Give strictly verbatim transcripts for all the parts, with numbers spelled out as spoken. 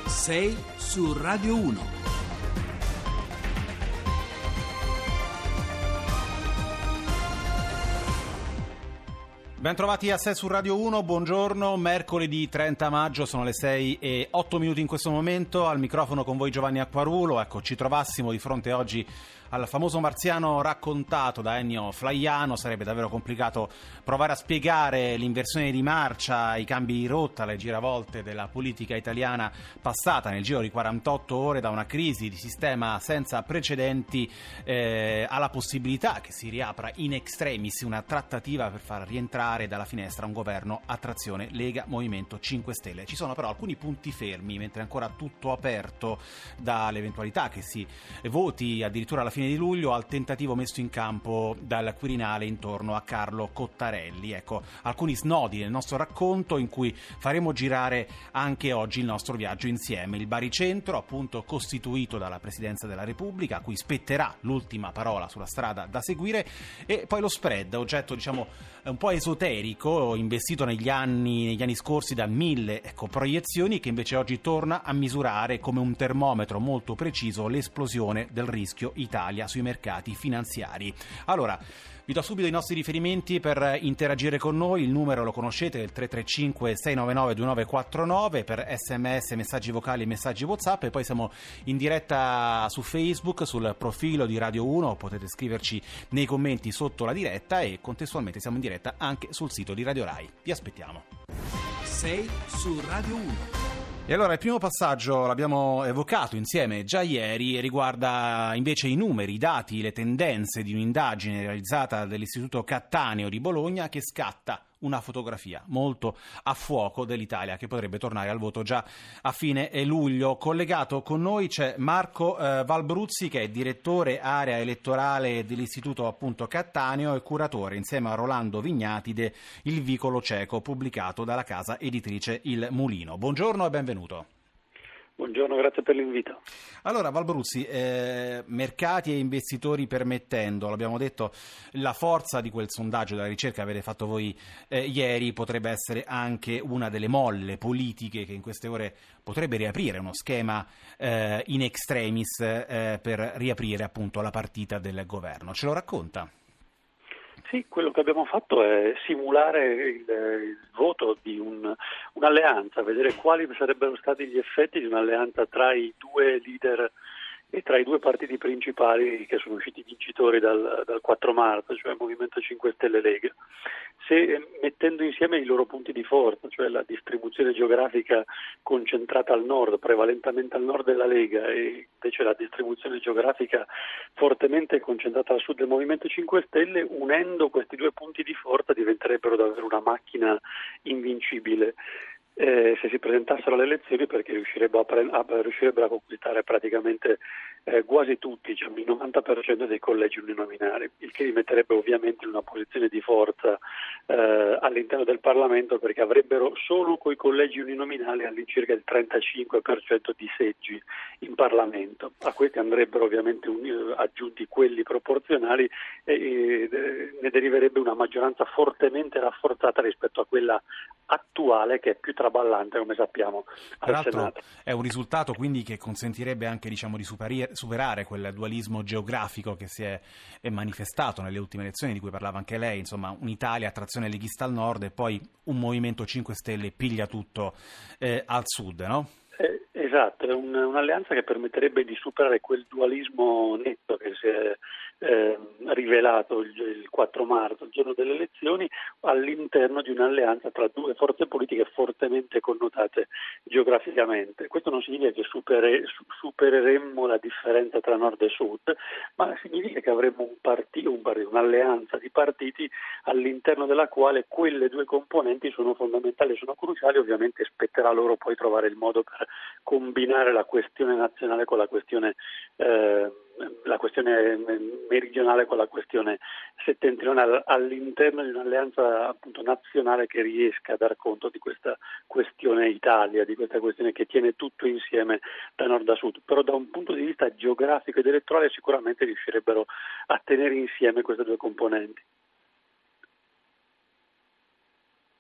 Sei su Radio uno. Bentrovati a sei su Radio uno, buongiorno, mercoledì trenta maggio, sono le sei e otto minuti in questo momento, al microfono con voi Giovanni Acquarulo. Ecco, ci trovassimo di fronte oggi al famoso marziano raccontato da Ennio Flaiano. Sarebbe davvero complicato provare a spiegare l'inversione di marcia, i cambi di rotta, le giravolte della politica italiana passata nel giro di quarantotto ore da una crisi di sistema senza precedenti eh, alla possibilità che si riapra in extremis una trattativa per far rientrare dalla finestra un governo a trazione Lega Movimento cinque Stelle. Ci sono però alcuni punti fermi, mentre è ancora tutto aperto dall'eventualità che si voti addirittura alla fine di luglio al tentativo messo in campo dal Quirinale intorno a Carlo Cottarelli. Ecco, alcuni snodi nel nostro racconto in cui faremo girare anche oggi il nostro viaggio insieme. Il baricentro, appunto, costituito dalla Presidenza della Repubblica, a cui spetterà l'ultima parola sulla strada da seguire, e poi lo spread, oggetto diciamo un po' esoterico, investito negli anni, negli anni scorsi da mille ecco, proiezioni, che invece oggi torna a misurare come un termometro molto preciso l'esplosione del rischio Italia sui mercati finanziari. Allora, vi do subito i nostri riferimenti per interagire con noi. Il numero lo conoscete, il tre tre cinque sei nove nove due nove quattro nove per sms, messaggi vocali e messaggi WhatsApp, e poi siamo in diretta su Facebook, sul profilo di Radio uno, potete scriverci nei commenti sotto la diretta, e contestualmente siamo in diretta anche sul sito di Radio Rai. Vi aspettiamo. Sei su Radio uno. E allora il primo passaggio l'abbiamo evocato insieme già ieri e riguarda invece i numeri, i dati, le tendenze di un'indagine realizzata dall'Istituto Cattaneo di Bologna, che scatta una fotografia molto a fuoco dell'Italia che potrebbe tornare al voto già a fine luglio. Collegato con noi c'è Marco eh, Valbruzzi, che è direttore area elettorale dell'Istituto appunto Cattaneo e curatore insieme a Rolando Vignati de Il Vicolo Cieco, pubblicato dalla casa editrice Il Mulino. Buongiorno e benvenuto. Buongiorno, grazie per l'invito. Allora, Valbruzzi, eh, mercati e investitori permettendo, l'abbiamo detto, la forza di quel sondaggio della ricerca che avete fatto voi eh, ieri potrebbe essere anche una delle molle politiche che in queste ore potrebbe riaprire uno schema eh, in extremis eh, per riaprire appunto la partita del governo. Ce lo racconta? Sì, quello che abbiamo fatto è simulare il, il voto di un, un'alleanza, vedere quali sarebbero stati gli effetti di un'alleanza tra i due leader e tra i due partiti principali che sono usciti vincitori dal, dal quattro marzo, cioè Movimento cinque Stelle e Lega. Se mettendo insieme i loro punti di forza, cioè la distribuzione geografica concentrata al nord, prevalentemente al nord della Lega, e invece la distribuzione geografica fortemente concentrata al sud del Movimento cinque Stelle, unendo questi due punti di forza diventerebbero davvero una macchina invincibile. Eh, se si presentassero alle elezioni, perché riuscirebbero a, pre- a, riuscirebbero a conquistare praticamente eh, quasi tutti, diciamo il novanta per cento dei collegi uninominali, il che li metterebbe ovviamente in una posizione di forza eh, all'interno del Parlamento, perché avrebbero solo coi collegi uninominali all'incirca il trentacinque per cento di seggi in Parlamento. A questi andrebbero ovviamente un, aggiunti quelli proporzionali e, e ne deriverebbe una maggioranza fortemente rafforzata rispetto a quella attuale, che è più traballante, come sappiamo, al Peraltro Senato. È un risultato quindi che consentirebbe anche diciamo di superare, superare quel dualismo geografico che si è, è manifestato nelle ultime elezioni, di cui parlava anche lei, insomma un'Italia a trazione leghista al nord e poi un Movimento cinque Stelle piglia tutto eh, al sud, no? Eh, esatto, è un, un'alleanza che permetterebbe di superare quel dualismo netto che si è eh, rivelato il, il quattro marzo, il giorno delle elezioni, all'interno di un'alleanza tra due forze politiche fortemente connotate geograficamente. Questo non significa che supere, supereremmo la differenza tra nord e sud, ma significa che avremmo un partito, un partito, un'alleanza di partiti all'interno della quale quelle due componenti sono fondamentali, sono cruciali. Ovviamente spetterà loro poi trovare il modo per combinare la questione nazionale con la questione eh, la questione meridionale con la questione settentrionale all'interno di un'alleanza appunto nazionale che riesca a dar conto di questa questione Italia, di questa questione che tiene tutto insieme da nord a sud. Però da un punto di vista geografico ed elettorale sicuramente riuscirebbero a tenere insieme queste due componenti.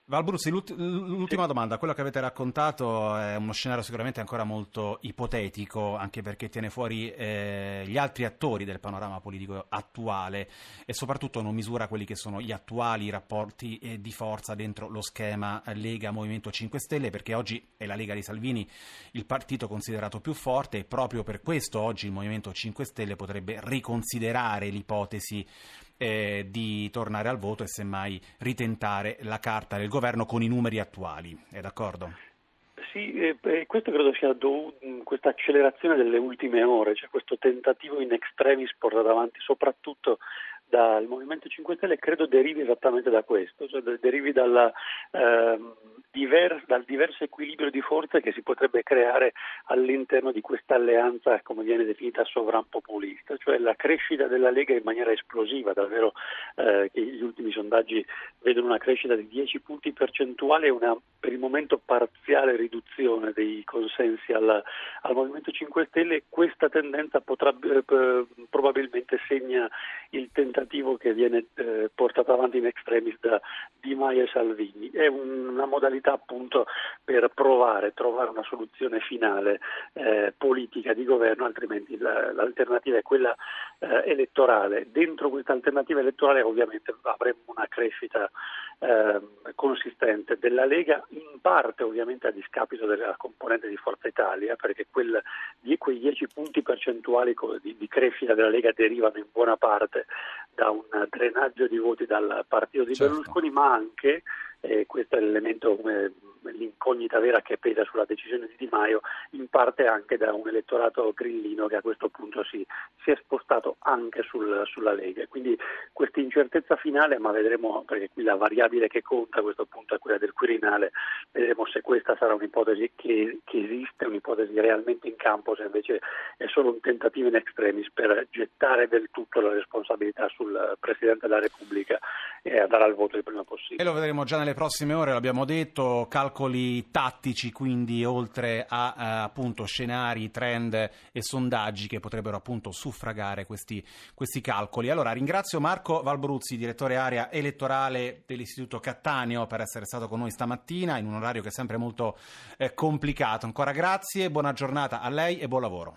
Valbruzzi, l'ultima domanda. Quello che avete raccontato è uno scenario sicuramente ancora molto ipotetico, anche perché tiene fuori eh, gli altri attori del panorama politico attuale e soprattutto non misura quelli che sono gli attuali rapporti eh, di forza dentro lo schema Lega-Movimento cinque Stelle, perché oggi è la Lega di Salvini il partito considerato più forte e proprio per questo oggi il Movimento cinque Stelle potrebbe riconsiderare l'ipotesi Eh, di tornare al voto e semmai ritentare la carta del governo con i numeri attuali. È d'accordo? Sì, eh, questo credo sia dovuto, questa accelerazione delle ultime ore, cioè questo tentativo in extremis portato avanti soprattutto dal Movimento cinque Stelle, credo derivi esattamente da questo, cioè derivi dalla, eh, diver, dal diverso equilibrio di forze che si potrebbe creare all'interno di questa alleanza, come viene definita, sovranpopulista, cioè la crescita della Lega in maniera esplosiva, davvero eh, che gli ultimi sondaggi vedono una crescita di dieci punti percentuali e una per il momento parziale riduzione dei consensi al, al Movimento cinque Stelle. Questa tendenza potrà eh, probabilmente segna il tentativo che viene eh, portato avanti in extremis da Di Maio e Salvini. È un, una modalità appunto per provare a trovare una soluzione finale eh, politica di governo, altrimenti la, l'alternativa è quella eh, elettorale. Dentro questa alternativa elettorale ovviamente avremo una crescita eh, consistente della Lega, in parte ovviamente a discapito della componente di Forza Italia, perché quel, di quei dieci punti percentuali di, di crescita della Lega derivano in buona parte da un drenaggio di voti dal partito di certo. Berlusconi, ma anche, eh, questo è l'elemento come l'incognita vera che pesa sulla decisione di Di Maio, in parte anche da un elettorato grillino che a questo punto si, si è spostato anche sul, sulla Lega. Quindi questa incertezza finale, ma vedremo, perché qui la variabile che conta a questo punto è quella del Quirinale, vedremo se questa sarà un'ipotesi che, che esiste, un'ipotesi realmente in campo, se invece è solo un tentativo in extremis per gettare del tutto la responsabilità sul Presidente della Repubblica e andare al voto il prima possibile. E lo vedremo già nelle prossime ore, l'abbiamo detto, calcoli tattici, quindi oltre a eh, appunto scenari, trend e sondaggi che potrebbero appunto suffragare questi, questi calcoli. Allora ringrazio Marco Valbruzzi, direttore area elettorale dell'Istituto Cattaneo, per essere stato con noi stamattina in un orario che è sempre molto eh, complicato. Ancora grazie, buona giornata a lei e buon lavoro.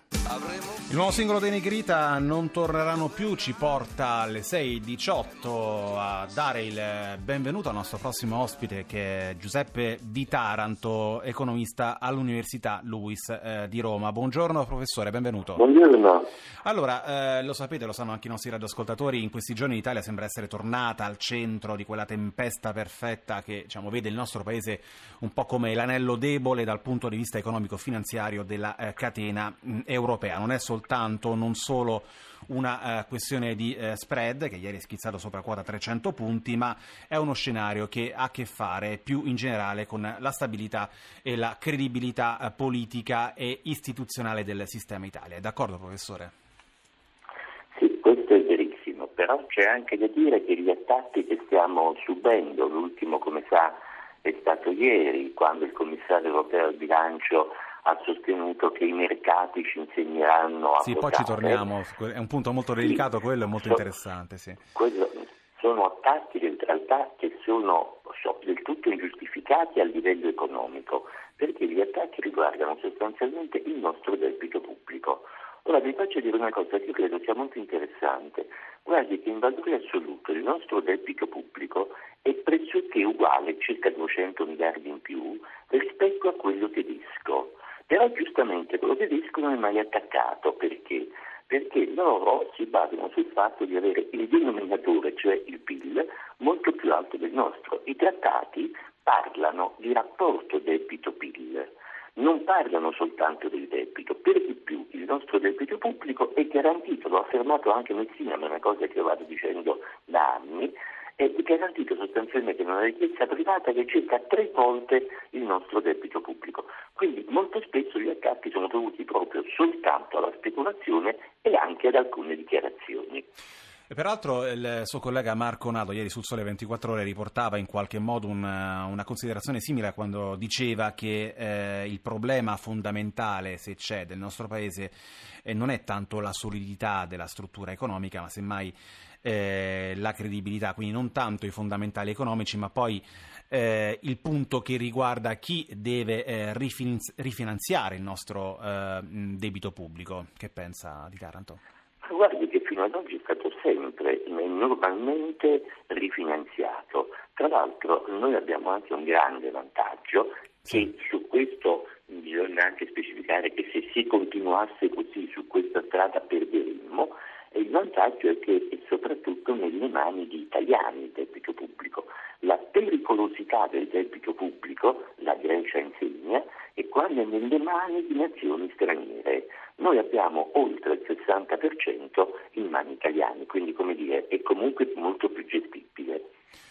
Il nuovo singolo dei Negrita, Non torneranno più, ci porta alle sei e diciotto a dare il benvenuto al nostro prossimo ospite, che è Giuseppe Di Taranto, economista all'Università Luis eh, di Roma. Buongiorno professore, benvenuto. Buongiorno. Allora, eh, lo sapete, lo sanno anche i nostri radioascoltatori, in questi giorni l'Italia sembra essere tornata al centro di quella tempesta perfetta che, diciamo, vede il nostro paese un po' come l'anello debole dal punto di vista economico-finanziario della eh, catena mh, europea. Non è soltanto, non solo una uh, questione di uh, spread, che ieri è schizzato sopra quota trecento punti, ma è uno scenario che ha a che fare più in generale con la stabilità e la credibilità uh, politica e istituzionale del sistema Italia. È d'accordo, professore? Sì, questo è verissimo, però c'è anche da dire che gli attacchi che stiamo subendo, l'ultimo come sa è stato ieri, quando il commissario europeo al bilancio ha sostenuto che i mercati ci insegneranno a Sì, votare. Poi ci torniamo, è un punto molto delicato, sì, quello è molto so, interessante. Sì. Quello, sono attacchi in realtà che sono so, del tutto ingiustificati a livello economico, perché gli attacchi riguardano sostanzialmente il nostro debito pubblico. Ora vi faccio dire una cosa che io credo sia molto interessante. Guardi che in valore assoluto il nostro debito pubblico è pressoché uguale, circa duecento miliardi in più, rispetto a quello tedesco. Però giustamente quello tedesco non è mai attaccato. Perché? Perché loro si basano sul fatto di avere il denominatore, cioè il P I L, molto più alto del nostro. I trattati parlano di rapporto debito-P I L, non parlano soltanto del debito. Per di più il nostro debito pubblico è garantito, l'ho affermato anche Messina, ma è una cosa che io vado dicendo da anni, è garantito sostanzialmente in una richiesta privata che è circa tre volte il nostro debito pubblico. Quindi molto spesso gli attacchi sono dovuti proprio soltanto alla speculazione e anche ad alcune dichiarazioni. E peraltro il suo collega Marco Nado ieri sul Sole ventiquattro Ore riportava in qualche modo una, una considerazione simile a quando diceva che eh, il problema fondamentale, se c'è, del nostro paese eh, non è tanto la solidità della struttura economica, ma semmai eh, la credibilità, quindi non tanto i fondamentali economici, ma poi eh, il punto che riguarda chi deve eh, rifinanzi- rifinanziare il nostro eh, debito pubblico. Che pensa di Taranto? Guardi che fino ad oggi è stato sempre normalmente rifinanziato. Tra l'altro noi abbiamo anche un grande vantaggio, sì. Che su questo bisogna anche specificare che se si continuasse così su questa strada perderemmo, e il vantaggio è che è soprattutto nelle mani di italiani il debito pubblico. La pericolosità del debito pubblico, la Grecia insegna, è quando è nelle mani di nazioni straniere. Noi abbiamo oltre il sessanta per cento in mani italiane, quindi come dire è comunque molto più gestibile.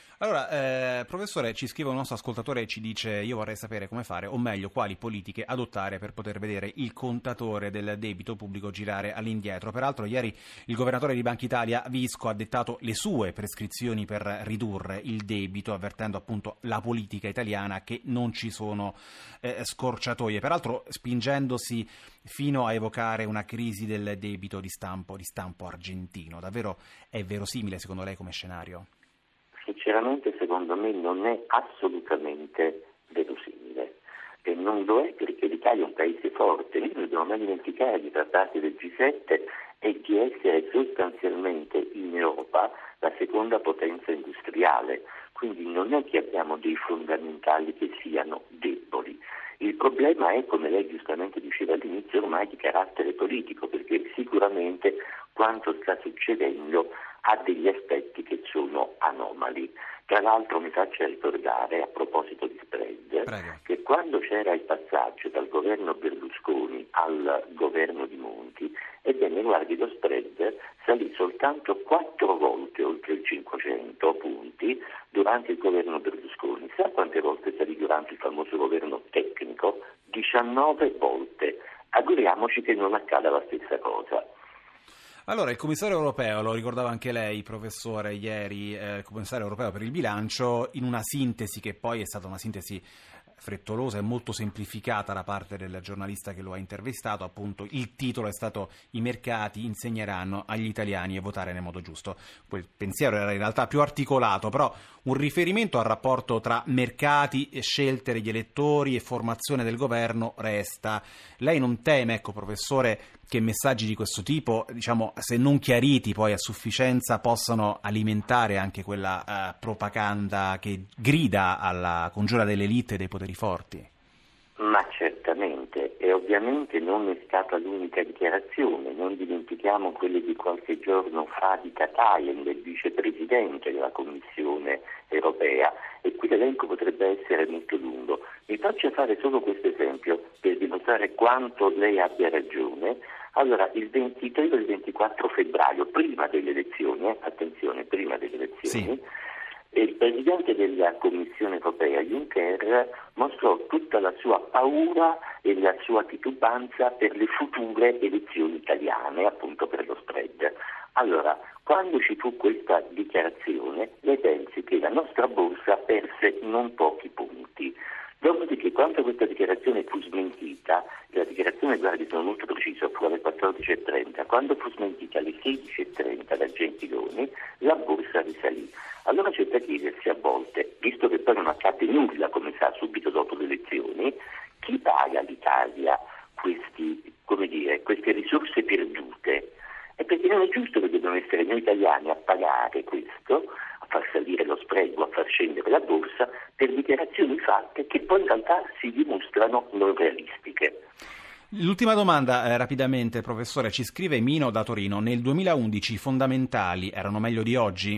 Allora, eh, professore, ci scrive un nostro ascoltatore e ci dice: io vorrei sapere come fare, o meglio, quali politiche adottare per poter vedere il contatore del debito pubblico girare all'indietro. Peraltro ieri il governatore di Banca Italia, Visco, ha dettato le sue prescrizioni per ridurre il debito, avvertendo appunto la politica italiana che non ci sono eh, scorciatoie, peraltro spingendosi fino a evocare una crisi del debito di stampo, di stampo argentino. Davvero è verosimile secondo lei come scenario? Sinceramente secondo me non è assolutamente verosimile, e non lo è perché l'Italia è un paese forte. Noi non dobbiamo mai dimenticare di far parte del G sette e di essere sostanzialmente in Europa la seconda potenza industriale, quindi non è che abbiamo dei fondamentali che siano deboli. Il problema è, come lei giustamente diceva all'inizio, ormai di carattere politico, perché sicuramente quanto sta succedendo ha degli aspetti che sono anomali. Tra l'altro mi faccia ricordare, a proposito di spread, Prego. che quando c'era il passaggio dal governo Berlusconi al governo di Monti, ebbene guardi, lo spread salì soltanto quattro volte oltre il cinquecento punti durante il governo Berlusconi. Sa quante volte salì durante il famoso governo tecnico? diciannove volte. Auguriamoci che non accada la stessa cosa. Allora, il commissario europeo, lo ricordava anche lei, professore, ieri, eh, il commissario europeo per il bilancio, in una sintesi che poi è stata una sintesi frettolosa e molto semplificata da parte del giornalista che lo ha intervistato, appunto il titolo è stato: i mercati insegneranno agli italiani a votare nel modo giusto. Quel pensiero era in realtà più articolato, però un riferimento al rapporto tra mercati e scelte degli elettori e formazione del governo resta. Lei non teme, ecco professore, che messaggi di questo tipo, diciamo, se non chiariti poi a sufficienza, possano alimentare anche quella uh, propaganda che grida alla congiura dell'elite e dei poteri forti? Ma certamente, e ovviamente non è stata l'unica dichiarazione. Non dimentichiamo quelle di qualche giorno fa di Katainen, del vicepresidente della Commissione europea, e qui l'elenco potrebbe essere molto lungo. Mi faccia fare solo questo esempio per dimostrare quanto lei abbia ragione. Allora, il ventitré o il ventiquattro febbraio, prima delle elezioni, eh, attenzione, prima delle elezioni, sì. Il Presidente della Commissione europea, Juncker, mostrò tutta la sua paura e la sua titubanza per le future elezioni italiane, appunto per lo spread. Allora, quando ci fu questa dichiarazione, lei pensi che la nostra borsa perse non pochi punti. Dopodiché, quando questa dichiarazione fu smentita, la dichiarazione, guardi, sono molto preciso, fu alle quattordici e trenta, quando fu smentita alle sedici e trenta da Gentiloni, la borsa risalì. Allora c'è da chiedersi a volte, visto che poi non accade nulla, come sa, subito dopo le elezioni, chi paga all'Italia questi, come dire, queste risorse perdute? E perché non è giusto che debbano essere noi italiani a pagare questo, a far salire lo spread o a far scendere la borsa per dichiarazioni fatte che poi in realtà si dimostrano non realistiche. L'ultima domanda, eh, rapidamente, professore, ci scrive Mino da Torino: nel duemilaundici i fondamentali erano meglio di oggi?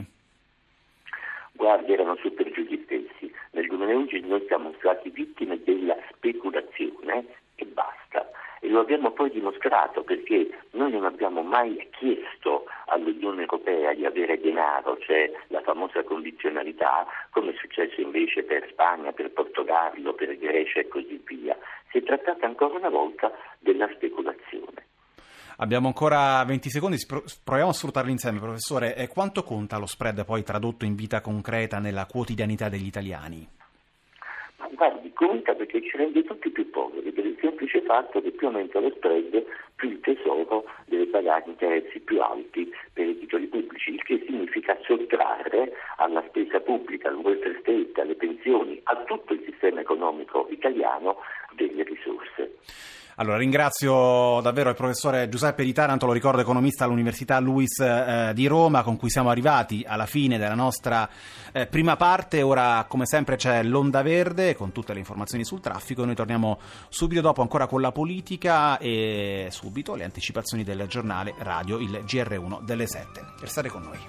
Guardi, erano super giù gli stessi. Nel duemilaundici noi siamo stati vittime della speculazione e basta. E lo abbiamo poi dimostrato, perché noi non abbiamo mai chiesto all'Unione Europea di avere denaro, cioè la famosa condizionalità, come è successo invece per Spagna, per Portogallo, per Grecia e così via. Si è trattata ancora una volta della speculazione. Abbiamo ancora venti secondi, proviamo a sfruttarli insieme, professore. E quanto conta lo spread poi tradotto in vita concreta nella quotidianità degli italiani? Ma guardi, conta perché ci rende tutti più poveri, per il semplice fatto che più aumenta lo spread, più il tesoro deve pagare interessi più alti per i titoli pubblici, il che significa sottrarre alla spesa pubblica, al welfare state, alle pensioni, a tutto il sistema economico italiano delle risorse. Allora, ringrazio davvero il professore Giuseppe Di Taranto, lo ricordo, economista all'Università Luis eh, di Roma, con cui siamo arrivati alla fine della nostra eh, prima parte. Ora, come sempre, c'è l'Onda Verde con tutte le informazioni sul traffico. Noi torniamo subito dopo ancora con la politica e subito le anticipazioni del giornale radio, il G R uno delle sette. Restate con noi.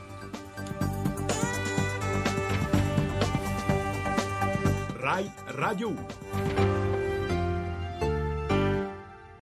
Rai Radio uno.